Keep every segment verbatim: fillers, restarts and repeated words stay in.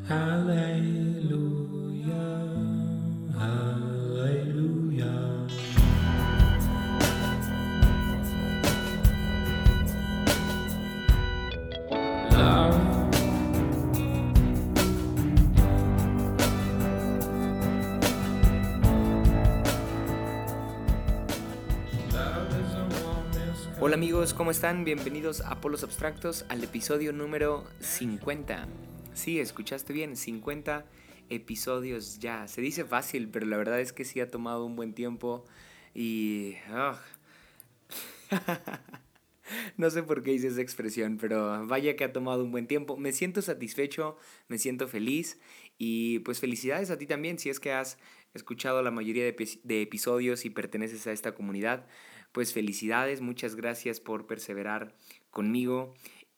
Aleluya, aleluya. Love, love is a warm Hola amigos, ¿cómo están? Bienvenidos a Polos Abstractos al episodio número cincuenta. Sí, escuchaste bien, cincuenta episodios ya. Se dice fácil, pero la verdad es que sí ha tomado un buen tiempo y... ugh. No sé por qué hice esa expresión, pero vaya que ha tomado un buen tiempo. Me siento satisfecho, me siento feliz y pues felicidades a ti también si es que has escuchado la mayoría de, epi- de episodios y perteneces a esta comunidad. Pues felicidades, muchas gracias por perseverar conmigo.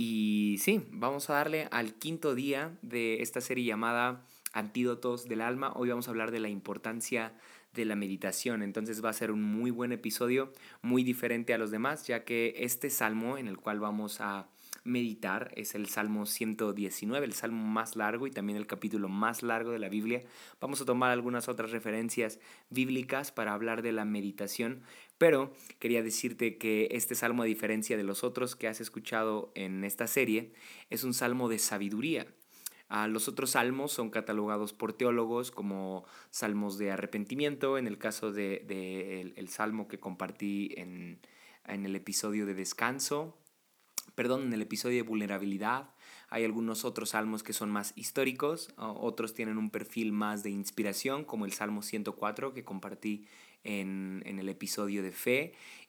Y sí, vamos a darle al quinto día de esta serie llamada Antídotos del Alma. Hoy vamos a hablar de la importancia de la meditación. Entonces va a ser un muy buen episodio, muy diferente a los demás, ya que este salmo en el cual vamos a meditar es el Salmo ciento diecinueve, el salmo más largo y también el capítulo más largo de la Biblia. Vamos a tomar algunas otras referencias bíblicas para hablar de la meditación, pero quería decirte que este salmo, a diferencia de los otros que has escuchado en esta serie, es un salmo de sabiduría. Ah, los otros salmos son catalogados por teólogos como salmos de arrepentimiento, en el caso de, de el, el salmo que compartí en, en el episodio de descanso, perdón, en el episodio de vulnerabilidad. Hay algunos otros salmos que son más históricos, otros tienen un perfil más de inspiración, como el Salmo ciento cuatro que compartí en, en el episodio de fe.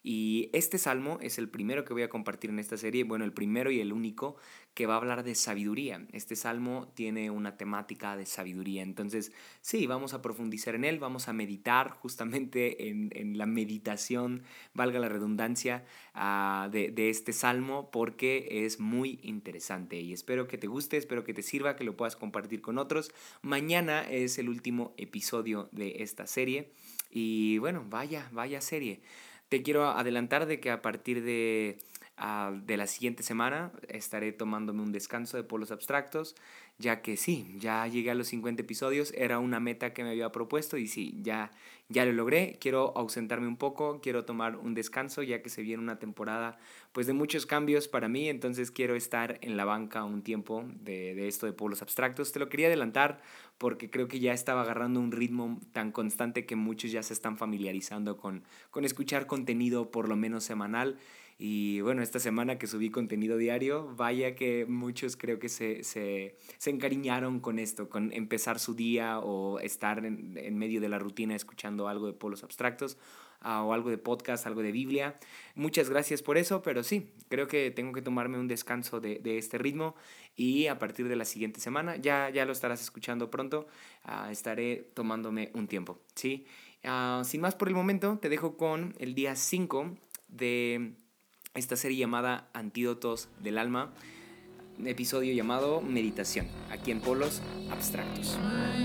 Y este salmo es el primero que voy a compartir en esta serie, bueno, el primero y el único que va a hablar de sabiduría. Este salmo tiene una temática de sabiduría, entonces sí, vamos a profundizar en él, vamos a meditar justamente en, en la meditación, valga la redundancia, uh, de, de este salmo, porque es muy interesante y espero que te guste, espero que te sirva, que lo puedas compartir con otros. Mañana es el último episodio de esta serie y bueno, vaya, vaya serie. Te quiero adelantar de que a partir de, uh, de la siguiente semana estaré tomándome un descanso de polos abstractos, ya que sí, ya llegué a los cincuenta episodios, era una meta que me había propuesto y sí, ya, ya lo logré. Quiero ausentarme un poco, quiero tomar un descanso, ya que se viene una temporada pues de muchos cambios para mí, entonces quiero estar en la banca un tiempo de, de esto de polos abstractos. Te lo quería adelantar porque creo que ya estaba agarrando un ritmo tan constante que muchos ya se están familiarizando con, con escuchar contenido por lo menos semanal. Y bueno, esta semana que subí contenido diario, vaya que muchos creo que se, se, se encariñaron con esto, con empezar su día o estar en, en medio de la rutina escuchando algo de polos abstractos, uh, o algo de podcast, algo de Biblia. Muchas gracias por eso, pero sí, creo que tengo que tomarme un descanso de, de este ritmo y a partir de la siguiente semana, ya, ya lo estarás escuchando pronto, uh, estaré tomándome un tiempo, ¿sí? Uh, sin más por el momento, te dejo con el día cinco de esta serie llamada Antídotos del Alma, un episodio llamado Meditación, aquí en Polos Abstractos.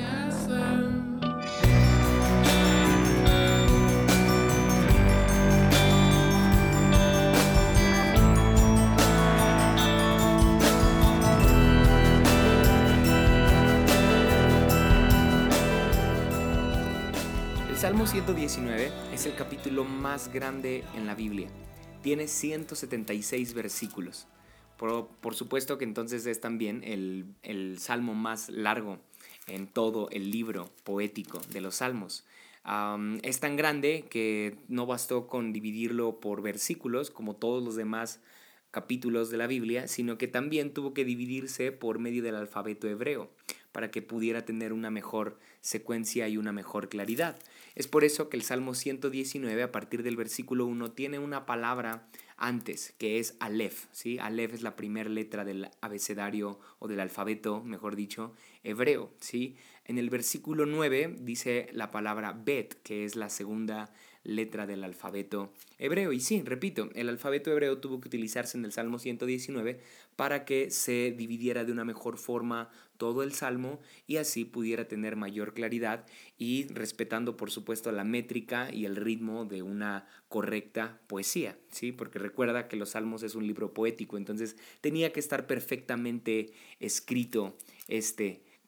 El Salmo ciento diecinueve es el capítulo más grande en la Biblia. Tiene ciento setenta y seis versículos. Por, por supuesto que entonces es también el, el salmo más largo en todo el libro poético de los salmos. Um, es tan grande que no bastó con dividirlo por versículos como todos los demás capítulos de la Biblia, sino que también tuvo que dividirse por medio del alfabeto hebreo para que pudiera tener una mejor secuencia y una mejor claridad. Es por eso que el Salmo ciento diecinueve, a partir del versículo uno, tiene una palabra antes, que es Aleph, ¿sí? Aleph es la primera letra del abecedario o del alfabeto, mejor dicho, hebreo, ¿sí? En el versículo nueve dice la palabra Bet, que es la segunda letra del alfabeto hebreo. Y sí, repito, el alfabeto hebreo tuvo que utilizarse en el Salmo ciento diecinueve para que se dividiera de una mejor forma todo el salmo y así pudiera tener mayor claridad y respetando por supuesto la métrica y el ritmo de una correcta poesía, ¿sí? Porque recuerda que los salmos es un libro poético, entonces tenía que estar perfectamente escrito este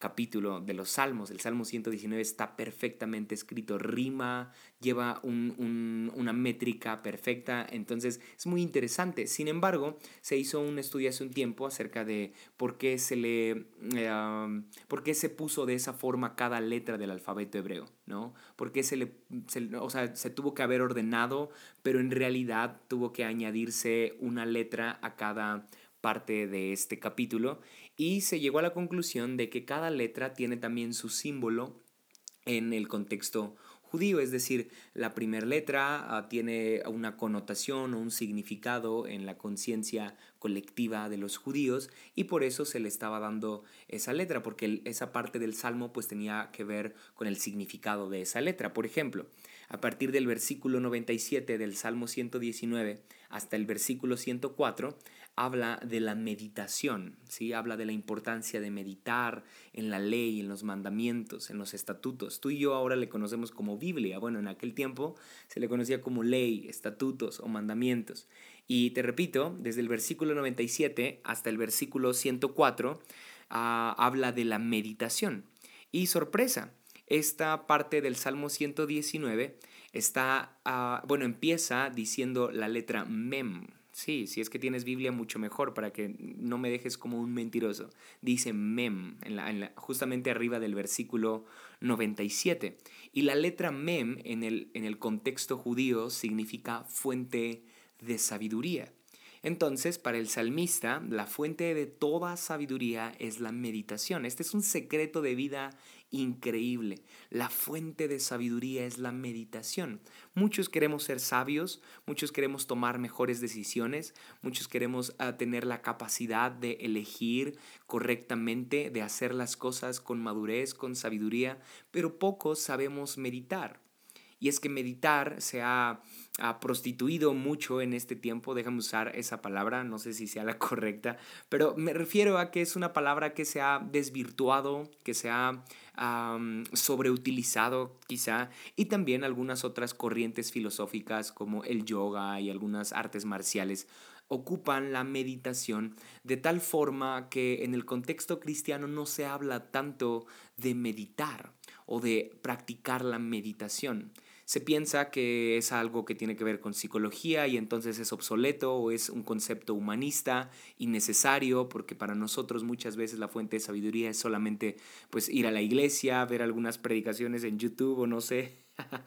capítulo de los Salmos. El Salmo ciento diecinueve está perfectamente escrito, rima, lleva un, un, una métrica perfecta, entonces es muy interesante. Sin embargo, se hizo un estudio hace un tiempo acerca de por qué se le eh, um, por qué se puso de esa forma cada letra del alfabeto hebreo, ¿no? Por qué se le se, o sea, se tuvo que haber ordenado, pero en realidad tuvo que añadirse una letra a cada parte de este capítulo y se llegó a la conclusión de que cada letra tiene también su símbolo en el contexto judío, es decir, la primera letra uh, tiene una connotación o un significado en la conciencia colectiva de los judíos y por eso se le estaba dando esa letra, porque el, esa parte del salmo pues tenía que ver con el significado de esa letra. Por ejemplo, a partir del versículo noventa y siete del Salmo ciento diecinueve hasta el versículo ciento cuatro, habla de la meditación, ¿sí? Habla de la importancia de meditar en la ley, en los mandamientos, en los estatutos. Tú y yo ahora le conocemos como Biblia. Bueno, en aquel tiempo se le conocía como ley, estatutos o mandamientos. Y te repito, desde el versículo noventa y siete hasta el versículo ciento cuatro, uh, habla de la meditación. Y sorpresa, esta parte del Salmo ciento diecinueve está, uh, bueno, empieza diciendo la letra Mem. Sí, si es que tienes Biblia, mucho mejor para que no me dejes como un mentiroso. Dice Mem, en la, en la, justamente arriba del versículo noventa y siete. Y la letra Mem en el, en el contexto judío significa fuente de sabiduría. Entonces, para el salmista, la fuente de toda sabiduría es la meditación. Este es un secreto de vida increíble. La fuente de sabiduría es la meditación. Muchos queremos ser sabios, muchos queremos tomar mejores decisiones, muchos queremos uh, tener la capacidad de elegir correctamente, de hacer las cosas con madurez, con sabiduría, pero pocos sabemos meditar. Y es que meditar se ha, ha prostituido mucho en este tiempo, déjame usar esa palabra, no sé si sea la correcta, pero me refiero a que es una palabra que se ha desvirtuado, que se ha um, sobreutilizado quizá, y también algunas otras corrientes filosóficas como el yoga y algunas artes marciales ocupan la meditación de tal forma que en el contexto cristiano no se habla tanto de meditar o de practicar la meditación. Se piensa que es algo que tiene que ver con psicología y entonces es obsoleto o es un concepto humanista innecesario porque para nosotros muchas veces la fuente de sabiduría es solamente pues ir a la iglesia, ver algunas predicaciones en YouTube o no sé.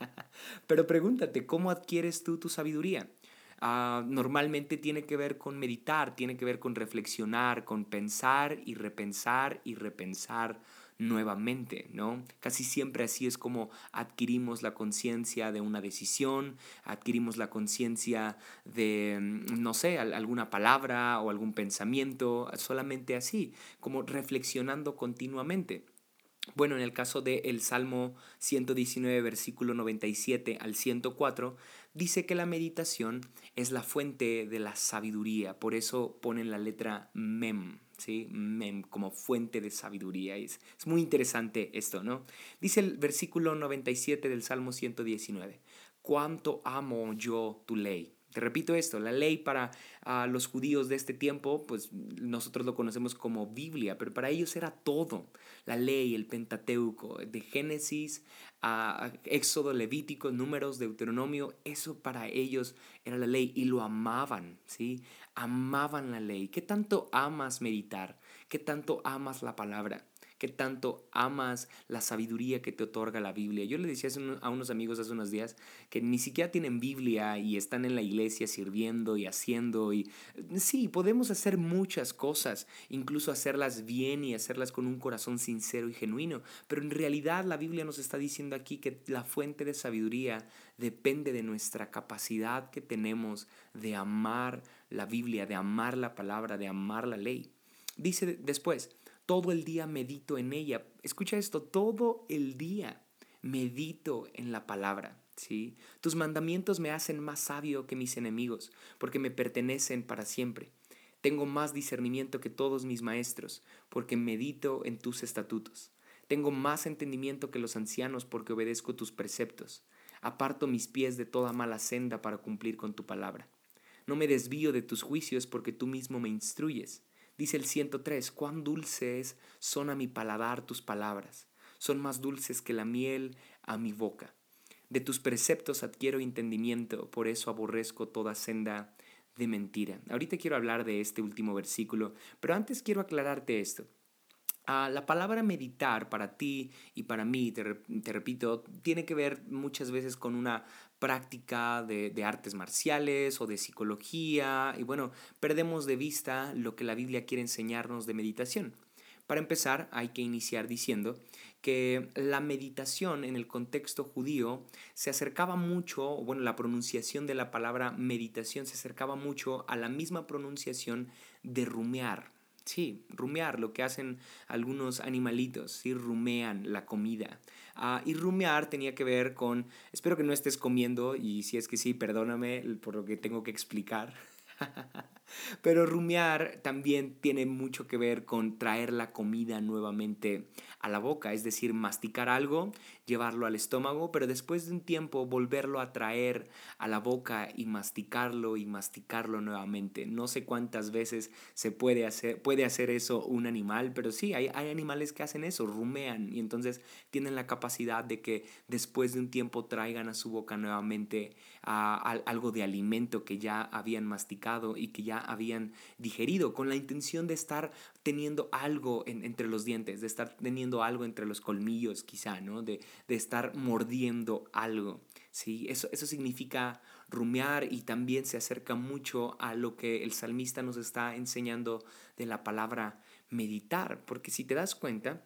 Pero pregúntate, ¿cómo adquieres tú tu sabiduría? Uh, normalmente tiene que ver con meditar, tiene que ver con reflexionar, con pensar y repensar y repensar nuevamente, ¿no? Casi siempre así es como adquirimos la conciencia de una decisión, adquirimos la conciencia de, no sé, alguna palabra o algún pensamiento, solamente así, como reflexionando continuamente. Bueno, en el caso del Salmo ciento diecinueve, versículo noventa y siete al ciento cuatro, dice que la meditación es la fuente de la sabiduría, por eso ponen la letra Mem, ¿sí? Mem, como fuente de sabiduría. Es, es muy interesante esto, ¿no? Dice el versículo noventa y siete del Salmo ciento diecinueve, ¿cuánto amo yo tu ley? Te repito esto, la ley para uh, los judíos de este tiempo, pues nosotros lo conocemos como Biblia, pero para ellos era todo. La ley, el Pentateuco, de Génesis a Éxodo, Levítico, Números, Deuteronomio, eso para ellos era la ley y lo amaban, ¿sí? Amaban la ley. ¿Qué tanto amas meditar? ¿Qué tanto amas la palabra? ¿Qué tanto amas la sabiduría que te otorga la Biblia? Yo le decía a unos amigos hace unos días que ni siquiera tienen Biblia y están en la iglesia sirviendo y haciendo. Y sí, podemos hacer muchas cosas, incluso hacerlas bien y hacerlas con un corazón sincero y genuino. Pero en realidad la Biblia nos está diciendo aquí que la fuente de sabiduría depende de nuestra capacidad que tenemos de amar la Biblia, de amar la palabra, de amar la ley. Dice después, todo el día medito en ella. Escucha esto, todo el día medito en la palabra, ¿sí? Tus mandamientos me hacen más sabio que mis enemigos, porque me pertenecen para siempre. Tengo más discernimiento que todos mis maestros, porque medito en tus estatutos. Tengo más entendimiento que los ancianos, porque obedezco tus preceptos. Aparto mis pies de toda mala senda para cumplir con tu palabra. No me desvío de tus juicios, porque tú mismo me instruyes. Dice el ciento tres, cuán dulces son a mi paladar tus palabras, son más dulces que la miel a mi boca. De tus preceptos adquiero entendimiento, por eso aborrezco toda senda de mentira. Ahorita quiero hablar de este último versículo, pero antes quiero aclararte esto. Ah, la palabra meditar para ti y para mí, te, te repito, tiene que ver muchas veces con una práctica de, de artes marciales o de psicología y bueno, perdemos de vista lo que la Biblia quiere enseñarnos de meditación. Para empezar, hay que iniciar diciendo que la meditación en el contexto judío se acercaba mucho, o bueno, la pronunciación de la palabra meditación se acercaba mucho a la misma pronunciación de rumiar. Sí, rumear, lo que hacen algunos animalitos, sí, rumean la comida. Uh, y rumear tenía que ver con, espero que no estés comiendo y si es que sí, perdóname por lo que tengo que explicar. Pero rumiar también tiene mucho que ver con traer la comida nuevamente a la boca, es decir, masticar algo, llevarlo al estómago, pero después de un tiempo volverlo a traer a la boca y masticarlo y masticarlo nuevamente. No sé cuántas veces se puede hacer, puede hacer eso un animal, pero sí, hay, hay animales que hacen eso, rumean y entonces tienen la capacidad de que después de un tiempo traigan a su boca nuevamente a, a, algo de alimento que ya habían masticado y que ya habían digerido, con la intención de estar teniendo algo en, entre los dientes, de estar teniendo algo entre los colmillos quizá, ¿no? De, de estar mordiendo algo, ¿sí? Eso, eso significa rumiar y también se acerca mucho a lo que el salmista nos está enseñando de la palabra meditar, porque si te das cuenta,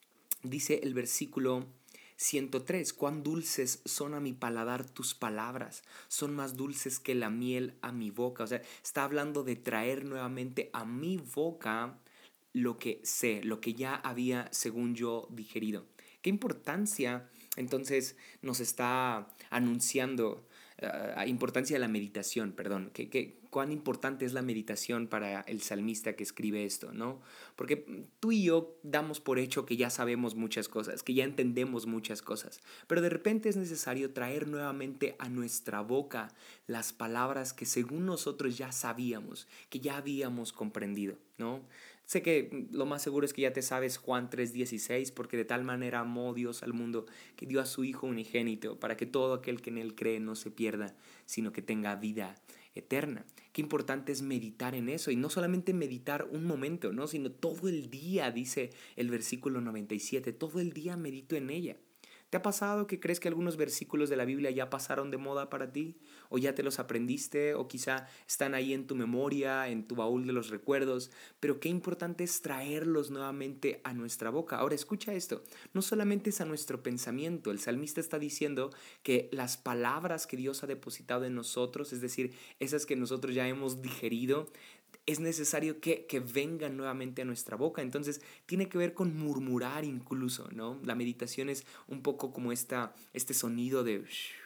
dice el versículo ciento tres, cuán dulces son a mi paladar tus palabras, son más dulces que la miel a mi boca. O sea, está hablando de traer nuevamente a mi boca lo que sé, lo que ya había, según yo, digerido. ¿Qué importancia entonces nos está anunciando? Uh, importancia de la meditación, perdón, ¿Qué, qué, cuán importante es la meditación para el salmista que escribe esto, ¿no? Porque tú y yo damos por hecho que ya sabemos muchas cosas, que ya entendemos muchas cosas, pero de repente es necesario traer nuevamente a nuestra boca las palabras que según nosotros ya sabíamos, que ya habíamos comprendido, ¿no? Sé que lo más seguro es que ya te sabes Juan tres dieciséis, porque de tal manera amó Dios al mundo que dio a su Hijo unigénito para que todo aquel que en Él cree no se pierda, sino que tenga vida eterna. Qué importante es meditar en eso y no solamente meditar un momento, ¿no? Sino todo el día, dice el versículo noventa y siete, todo el día medito en ella. ¿Te ha pasado que crees que algunos versículos de la Biblia ya pasaron de moda para ti? ¿O ya te los aprendiste? ¿O quizá están ahí en tu memoria, en tu baúl de los recuerdos? Pero qué importante es traerlos nuevamente a nuestra boca. Ahora escucha esto, no solamente es a nuestro pensamiento. El salmista está diciendo que las palabras que Dios ha depositado en nosotros, es decir, esas que nosotros ya hemos digerido, es necesario que, que vengan nuevamente a nuestra boca. Entonces tiene que ver con murmurar incluso, ¿no? La meditación es un poco como esta, este sonido de...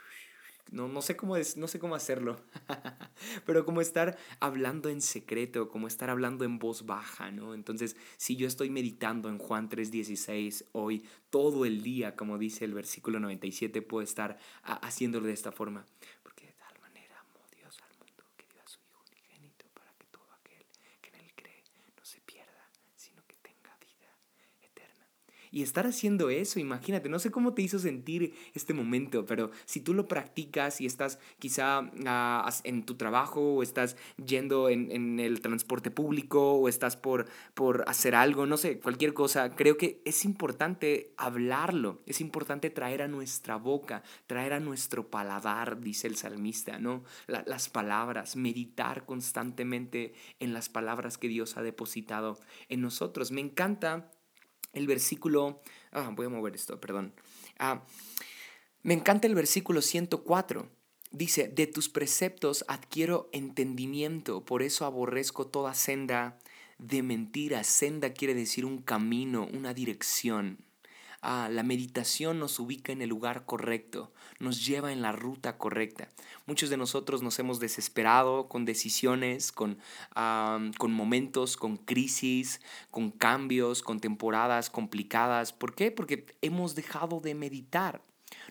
No, no, sé cómo es, no sé cómo hacerlo, pero como estar hablando en secreto, como estar hablando en voz baja, ¿no? Entonces, si yo estoy meditando en Juan tres dieciséis hoy, todo el día, como dice el versículo noventa y siete, puedo estar a, haciéndolo de esta forma. Porque de tal manera amó Dios al mundo que dio a su Hijo unigénito para que todo aquel que en Él cree no se pierda, sino que tenga vida eterna. Y estar haciendo eso, imagínate, no sé cómo te hizo sentir este momento, pero si tú lo practicas y estás quizá uh, en tu trabajo o estás yendo en, en el transporte público o estás por, por hacer algo, no sé, cualquier cosa, creo que es importante hablarlo, es importante traer a nuestra boca, traer a nuestro paladar, dice el salmista, ¿no? La, las palabras, meditar constantemente en las palabras que Dios ha depositado en nosotros. Me encanta el versículo, ah, voy a mover esto, perdón. Ah, me encanta el versículo ciento cuatro. Dice, de tus preceptos adquiero entendimiento, por eso aborrezco toda senda de mentira. Senda quiere decir un camino, una dirección. Ah, la meditación nos ubica en el lugar correcto, nos lleva en la ruta correcta. Muchos de nosotros nos hemos desesperado con decisiones, con, um, con momentos, con crisis, con cambios, con temporadas complicadas. ¿Por qué? Porque hemos dejado de meditar.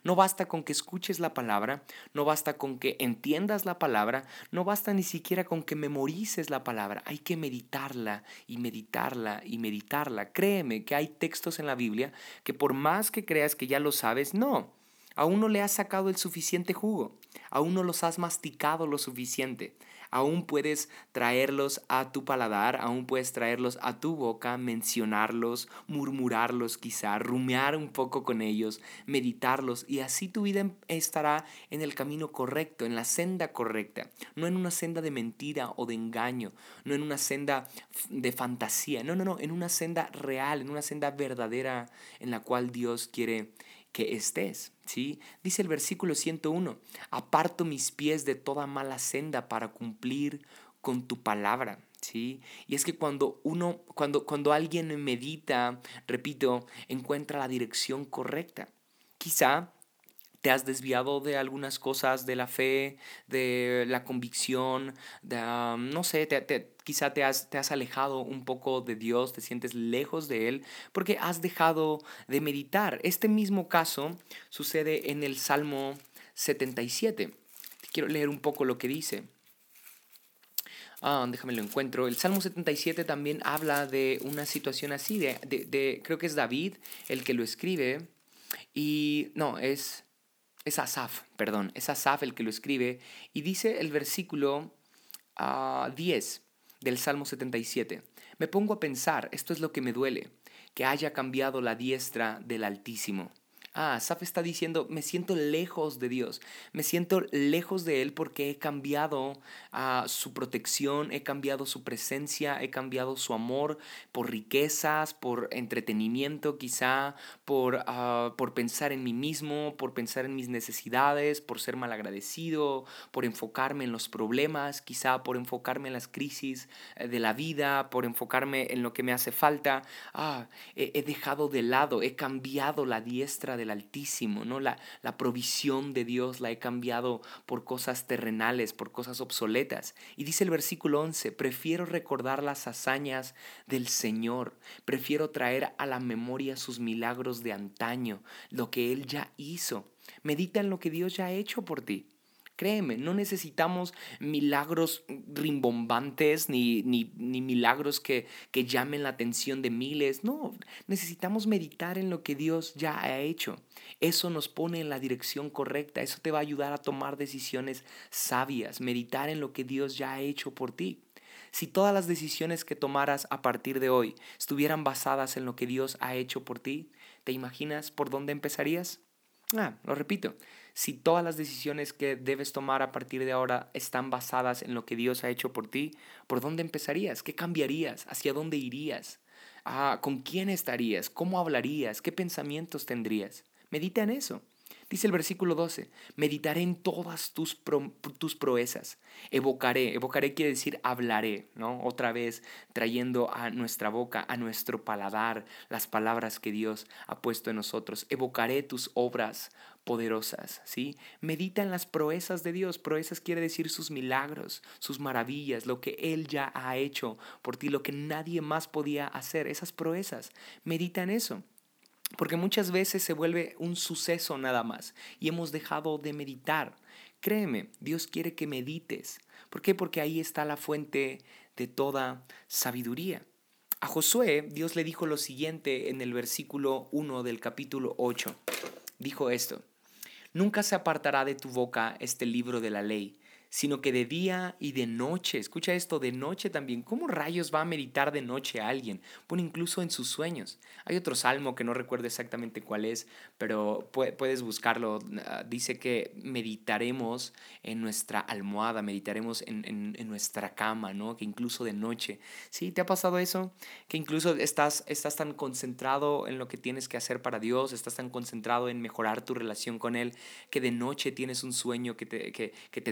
No basta con que escuches la palabra, no basta con que entiendas la palabra, no basta ni siquiera con que memorices la palabra. Hay que meditarla y meditarla y meditarla. Créeme que hay textos en la Biblia que por más que creas que ya lo sabes, no. Aún no le has sacado el suficiente jugo, aún no los has masticado lo suficiente, aún puedes traerlos a tu paladar, aún puedes traerlos a tu boca, mencionarlos, murmurarlos quizá, rumiar un poco con ellos, meditarlos y así tu vida estará en el camino correcto, en la senda correcta, no en una senda de mentira o de engaño, no en una senda de fantasía, no, no, no, en una senda real, en una senda verdadera en la cual Dios quiere que estés, ¿sí? Dice el versículo ciento uno, aparto mis pies de toda mala senda para cumplir con tu palabra, ¿sí? Y es que cuando uno, cuando, cuando alguien medita, repito, encuentra la dirección correcta. Quizá te has desviado de algunas cosas de la fe, de la convicción, de, um, no sé, te, te, quizá te has, te has alejado un poco de Dios, te sientes lejos de Él, porque has dejado de meditar. Este mismo caso sucede en el Salmo setenta y siete. Quiero leer un poco lo que dice. Ah, déjame lo encuentro. El Salmo setenta y siete también habla de una situación así, de, de, de creo que es David el que lo escribe, y no, es... Es Asaf, perdón, es Asaf el que lo escribe y dice el versículo uh, diez del Salmo setenta y siete. Me pongo a pensar, esto es lo que me duele, que haya cambiado la diestra del Altísimo. Ah, Asaf está diciendo, me siento lejos de Dios, me siento lejos de Él porque he cambiado uh, su protección, he cambiado su presencia, he cambiado su amor por riquezas, por entretenimiento quizá, por, uh, por pensar en mí mismo, por pensar en mis necesidades, por ser malagradecido, por enfocarme en los problemas, quizá por enfocarme en las crisis de la vida, por enfocarme en lo que me hace falta. Ah, he, he dejado de lado, he cambiado la diestra del Altísimo, ¿no? La, la provisión de Dios la he cambiado por cosas terrenales, por cosas obsoletas. Y dice el versículo once, prefiero recordar las hazañas del Señor, prefiero traer a la memoria sus milagros de antaño, lo que Él ya hizo. Medita en lo que Dios ya ha hecho por ti. Créeme, no necesitamos milagros rimbombantes ni, ni, ni milagros que, que llamen la atención de miles. No, necesitamos meditar en lo que Dios ya ha hecho. Eso nos pone en la dirección correcta. Eso te va a ayudar a tomar decisiones sabias. Meditar en lo que Dios ya ha hecho por ti. Si todas las decisiones que tomaras a partir de hoy estuvieran basadas en lo que Dios ha hecho por ti, ¿te imaginas por dónde empezarías? Ah, lo repito, si todas las decisiones que debes tomar a partir de ahora están basadas en lo que Dios ha hecho por ti, ¿por dónde empezarías? ¿Qué cambiarías? ¿Hacia dónde irías? Ah, ¿con quién estarías? ¿Cómo hablarías? ¿Qué pensamientos tendrías? Medita en eso. Dice el versículo doce, meditaré en todas tus, pro, tus proezas, evocaré, evocaré quiere decir hablaré, ¿no? Otra vez trayendo a nuestra boca, a nuestro paladar, las palabras que Dios ha puesto en nosotros, evocaré tus obras poderosas, ¿sí? Medita en las proezas de Dios, proezas quiere decir sus milagros, sus maravillas, lo que Él ya ha hecho por ti, lo que nadie más podía hacer, esas proezas, medita en eso. Porque muchas veces se vuelve un suceso nada más y hemos dejado de meditar. Créeme, Dios quiere que medites. ¿Por qué? Porque ahí está la fuente de toda sabiduría. A Josué, Dios le dijo lo siguiente en el versículo uno del capítulo ocho. Dijo esto, nunca se apartará de tu boca este libro de la ley, sino que de día y de noche, escucha esto, de noche también. ¿Cómo rayos va a meditar de noche a alguien? Bueno, incluso en sus sueños. Hay otro salmo que no recuerdo exactamente cuál es, pero puedes buscarlo. Dice que meditaremos en nuestra almohada, meditaremos en, en, en nuestra cama, ¿no? Que incluso de noche. ¿Sí? ¿Te ha pasado eso? Que incluso estás, estás tan concentrado en lo que tienes que hacer para Dios, estás tan concentrado en mejorar tu relación con Él, que de noche tienes un sueño que te, que, que te despierta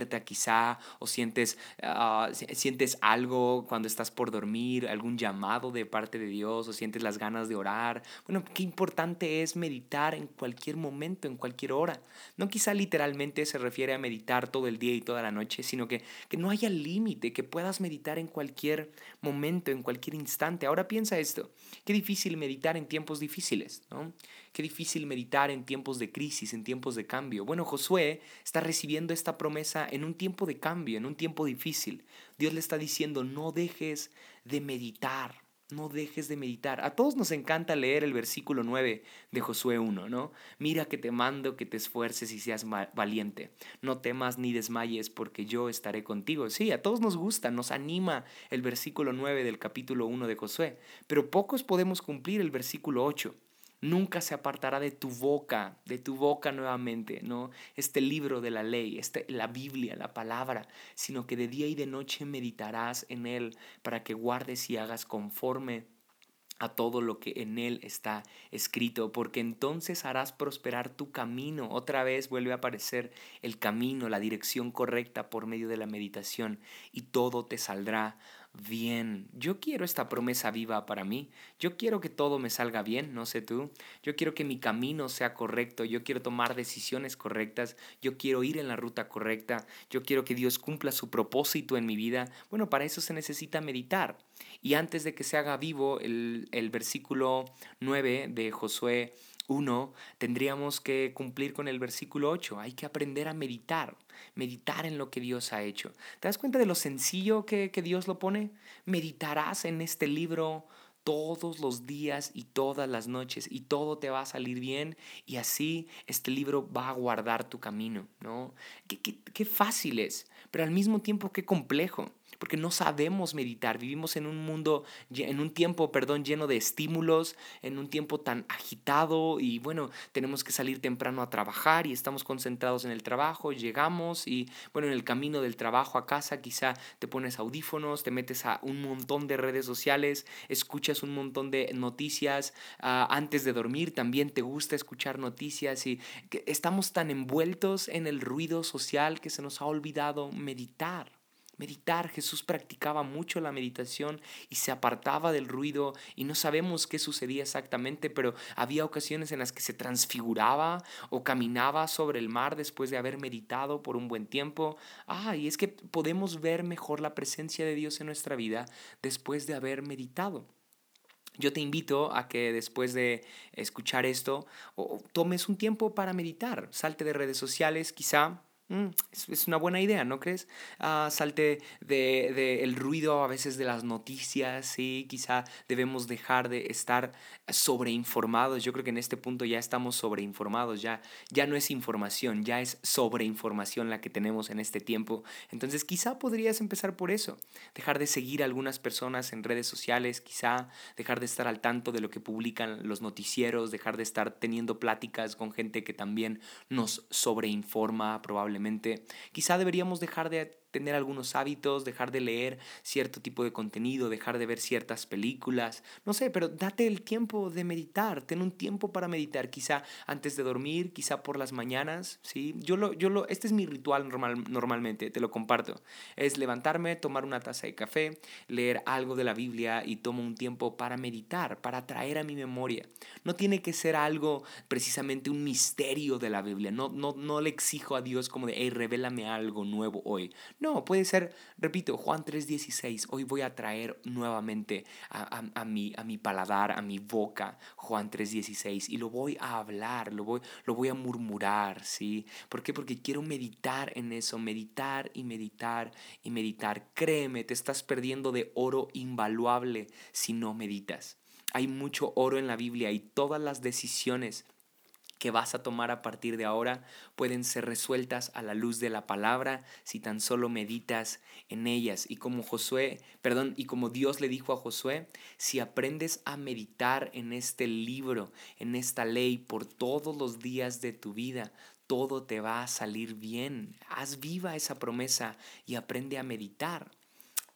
despierta quizá, o sientes, ah, si- sientes algo cuando estás por dormir, algún llamado de parte de Dios, o sientes las ganas de orar. Bueno, qué importante es meditar en cualquier momento, en cualquier hora. No quizá literalmente se refiere a meditar todo el día y toda la noche, sino que, que no haya límite, que puedas meditar en cualquier momento, en cualquier instante. Ahora piensa esto, qué difícil meditar en tiempos difíciles, ¿no? Qué difícil meditar en tiempos de crisis, en tiempos de cambio. Bueno, Josué está recibiendo esta promesa en un tiempo de cambio, en un tiempo difícil. Dios le está diciendo, no dejes de meditar. No dejes de meditar. A todos nos encanta leer el versículo nueve de Josué uno, ¿no? Mira que te mando que te esfuerces y seas valiente. No temas ni desmayes porque yo estaré contigo. Sí, a todos nos gusta, nos anima el versículo nueve del capítulo uno de Josué, pero pocos podemos cumplir el versículo ocho. Nunca se apartará de tu boca, de tu boca nuevamente, ¿no? Este libro de la ley, este, la Biblia, la palabra, sino que de día y de noche meditarás en él para que guardes y hagas conforme a todo lo que en él está escrito, porque entonces harás prosperar tu camino. Otra vez vuelve a aparecer el camino, la dirección correcta por medio de la meditación, y todo te saldrá bien. Yo quiero esta promesa viva para mí. Yo quiero que todo me salga bien, no sé tú. Yo quiero que mi camino sea correcto. Yo quiero tomar decisiones correctas. Yo quiero ir en la ruta correcta. Yo quiero que Dios cumpla su propósito en mi vida. Bueno, para eso se necesita meditar. Y antes de que se haga vivo el, el versículo nueve de Josué uno, tendríamos que cumplir con el versículo ocho. Hay que aprender a meditar, meditar en lo que Dios ha hecho. ¿Te das cuenta de lo sencillo que, que Dios lo pone? Meditarás en este libro todos los días y todas las noches, y todo te va a salir bien, y así este libro va a guardar tu camino, ¿no? Qué, qué, qué fácil es, pero al mismo tiempo qué complejo, porque no sabemos meditar. Vivimos en un mundo, en un tiempo, perdón, lleno de estímulos, en un tiempo tan agitado, y bueno, tenemos que salir temprano a trabajar y estamos concentrados en el trabajo, llegamos y bueno, en el camino del trabajo a casa quizá te pones audífonos, te metes a un montón de redes sociales, escuchas un montón de noticias, uh, antes de dormir también te gusta escuchar noticias, y que estamos tan envueltos en el ruido social que se nos ha olvidado meditar. Meditar, Jesús practicaba mucho la meditación y se apartaba del ruido, y no sabemos qué sucedía exactamente, pero había ocasiones en las que se transfiguraba o caminaba sobre el mar después de haber meditado por un buen tiempo. Ah, y es que podemos ver mejor la presencia de Dios en nuestra vida después de haber meditado. Yo te invito a que después de escuchar esto, o tomes un tiempo para meditar. Salte de redes sociales, quizá. Mm, es, es una buena idea, ¿no crees? Ah, salte de, de el ruido a veces de las noticias, sí, quizá debemos dejar de estar sobreinformados. Yo creo que en este punto ya estamos sobreinformados, ya, ya no es información, ya es sobreinformación la que tenemos en este tiempo. Entonces quizá podrías empezar por eso, dejar de seguir a algunas personas en redes sociales, quizá dejar de estar al tanto de lo que publican los noticieros, dejar de estar teniendo pláticas con gente que también nos sobreinforma probablemente. Quizá deberíamos dejar de tener algunos hábitos, dejar de leer cierto tipo de contenido, dejar de ver ciertas películas, no sé, pero date el tiempo de meditar, ten un tiempo para meditar, quizá antes de dormir, quizá por las mañanas, ¿sí? Yo lo, yo lo, este es mi ritual normal, normalmente, te lo comparto, es levantarme, tomar una taza de café, leer algo de la Biblia y tomo un tiempo para meditar, para traer a mi memoria. No tiene que ser algo precisamente un misterio de la Biblia, no, no, no le exijo a Dios como de, hey, revélame algo nuevo hoy. No, puede ser, repito, Juan tres dieciséis, hoy voy a traer nuevamente a, a, a, mi, a mi paladar, a mi boca, Juan tres dieciséis, y lo voy a hablar, lo voy, lo voy a murmurar, ¿sí? ¿Por qué? Porque quiero meditar en eso, meditar y meditar y meditar. Créeme, te estás perdiendo de oro invaluable si no meditas. Hay mucho oro en la Biblia, y todas las decisiones que vas a tomar a partir de ahora pueden ser resueltas a la luz de la palabra si tan solo meditas en ellas. Y como Josué, perdón, y como Dios le dijo a Josué, si aprendes a meditar en este libro, en esta ley por todos los días de tu vida, todo te va a salir bien. Haz viva esa promesa y aprende a meditar.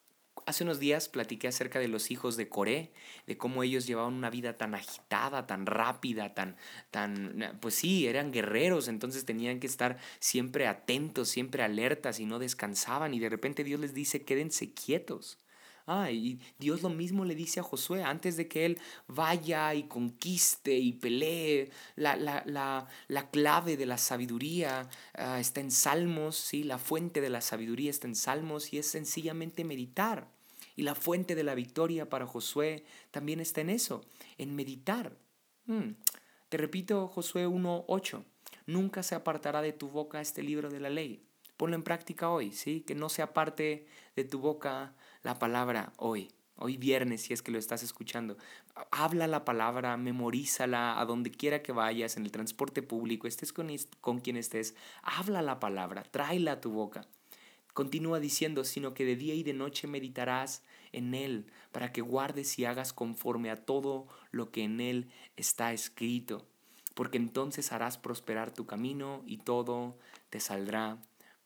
Hace unos días platiqué acerca de los hijos de Coré, de cómo ellos llevaban una vida tan agitada, tan rápida, tan, tan, pues sí, eran guerreros, entonces tenían que estar siempre atentos, siempre alertas y no descansaban. Y de repente Dios les dice, quédense quietos. Ah, y Dios lo mismo le dice a Josué antes de que él vaya y conquiste y pelee. La, la, la, la clave de la sabiduría uh, está en Salmos, ¿sí? La fuente de la sabiduría está en Salmos y es sencillamente meditar. Y la fuente de la victoria para Josué también está en eso, en meditar. Hmm. Te repito, Josué uno ocho. Nunca se apartará de tu boca este libro de la ley. Ponlo en práctica hoy, ¿sí? Que no se aparte de tu boca la palabra hoy. Hoy viernes, si es que lo estás escuchando. Habla la palabra, memorízala a donde quiera que vayas, en el transporte público, estés con, con quien estés. Habla la palabra, tráela a tu boca. Continúa diciendo, sino que de día y de noche meditarás en él, para que guardes y hagas conforme a todo lo que en él está escrito. Porque entonces harás prosperar tu camino y todo te saldrá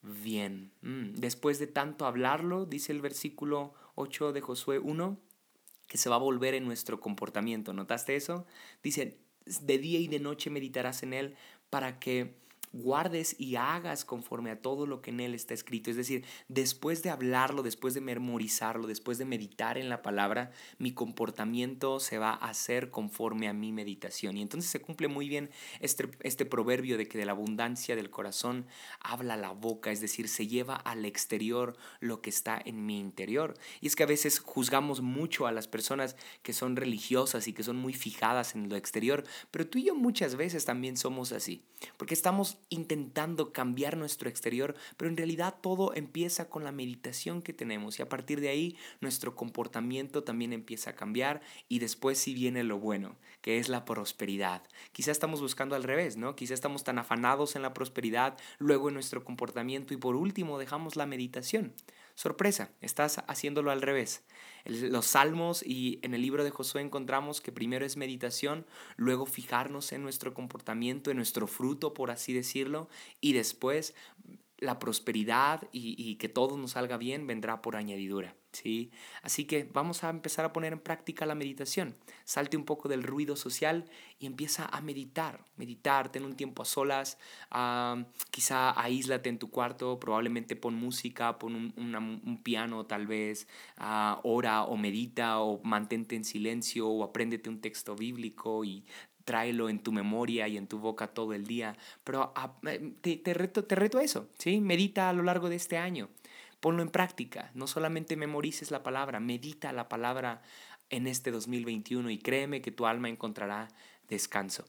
bien. Mm. Después de tanto hablarlo, dice el versículo ocho de Josué uno, que se va a volver en nuestro comportamiento. ¿Notaste eso? Dice, de día y de noche meditarás en él para que guardes y hagas conforme a todo lo que en él está escrito. Es decir, después de hablarlo, después de memorizarlo, después de meditar en la palabra, mi comportamiento se va a hacer conforme a mi meditación. Y entonces se cumple muy bien este, este proverbio de que de la abundancia del corazón habla la boca, es decir, se lleva al exterior lo que está en mi interior. Y es que a veces juzgamos mucho a las personas que son religiosas y que son muy fijadas en lo exterior, pero tú y yo muchas veces también somos así, porque estamos intentando cambiar nuestro exterior, pero en realidad todo empieza con la meditación que tenemos y a partir de ahí nuestro comportamiento también empieza a cambiar y después sí viene lo bueno, que es la prosperidad. Quizá estamos buscando al revés, ¿no? Quizá estamos tan afanados en la prosperidad, luego en nuestro comportamiento y por último dejamos la meditación. Sorpresa, estás haciéndolo al revés. Los salmos y en el libro de Josué encontramos que primero es meditación, luego fijarnos en nuestro comportamiento, en nuestro fruto, por así decirlo, y después la prosperidad y, y que todo nos salga bien vendrá por añadidura, ¿sí? Así que vamos a empezar a poner en práctica la meditación. Salte un poco del ruido social y empieza a meditar. Meditar, ten un tiempo a solas, uh, quizá aíslate en tu cuarto, probablemente pon música, pon un, una, un piano tal vez, uh, ora o medita o mantente en silencio o apréndete un texto bíblico y tráelo en tu memoria y en tu boca todo el día, pero a, te, te, reto, te reto a eso, ¿sí? Medita a lo largo de este año, ponlo en práctica, no solamente memorices la palabra, medita la palabra en este dos mil veintiuno y créeme que tu alma encontrará descanso,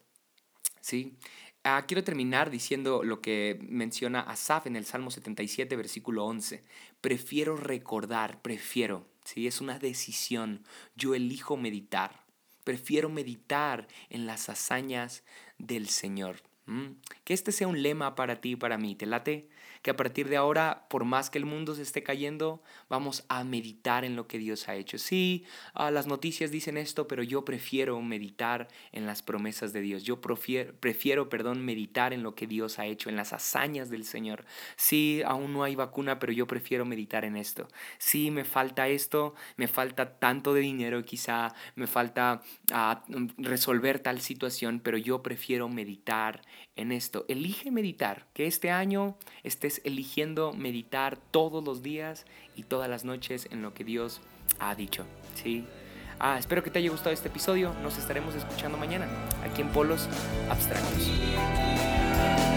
¿sí? Ah, quiero terminar diciendo lo que menciona Asaf en el Salmo setenta y siete, versículo once. Prefiero recordar, prefiero, ¿sí? Es una decisión, yo elijo meditar. Prefiero meditar en las hazañas del Señor. ¿Mm? Que este sea un lema para ti y para mí. ¿Te late? Que a partir de ahora, por más que el mundo se esté cayendo, vamos a meditar en lo que Dios ha hecho. Sí, uh, las noticias dicen esto, pero yo prefiero meditar en las promesas de Dios. Yo prefiero, prefiero, perdón, meditar en lo que Dios ha hecho, en las hazañas del Señor. Sí, aún no hay vacuna, pero yo prefiero meditar en esto. Sí, me falta esto, me falta tanto de dinero, quizá me falta uh, resolver tal situación, pero yo prefiero meditar en esto. Elige meditar, que este año estés eligiendo meditar todos los días y todas las noches en lo que Dios ha dicho, ¿sí? Ah, espero que te haya gustado este episodio. Nos estaremos escuchando mañana aquí en Polos Abstractos.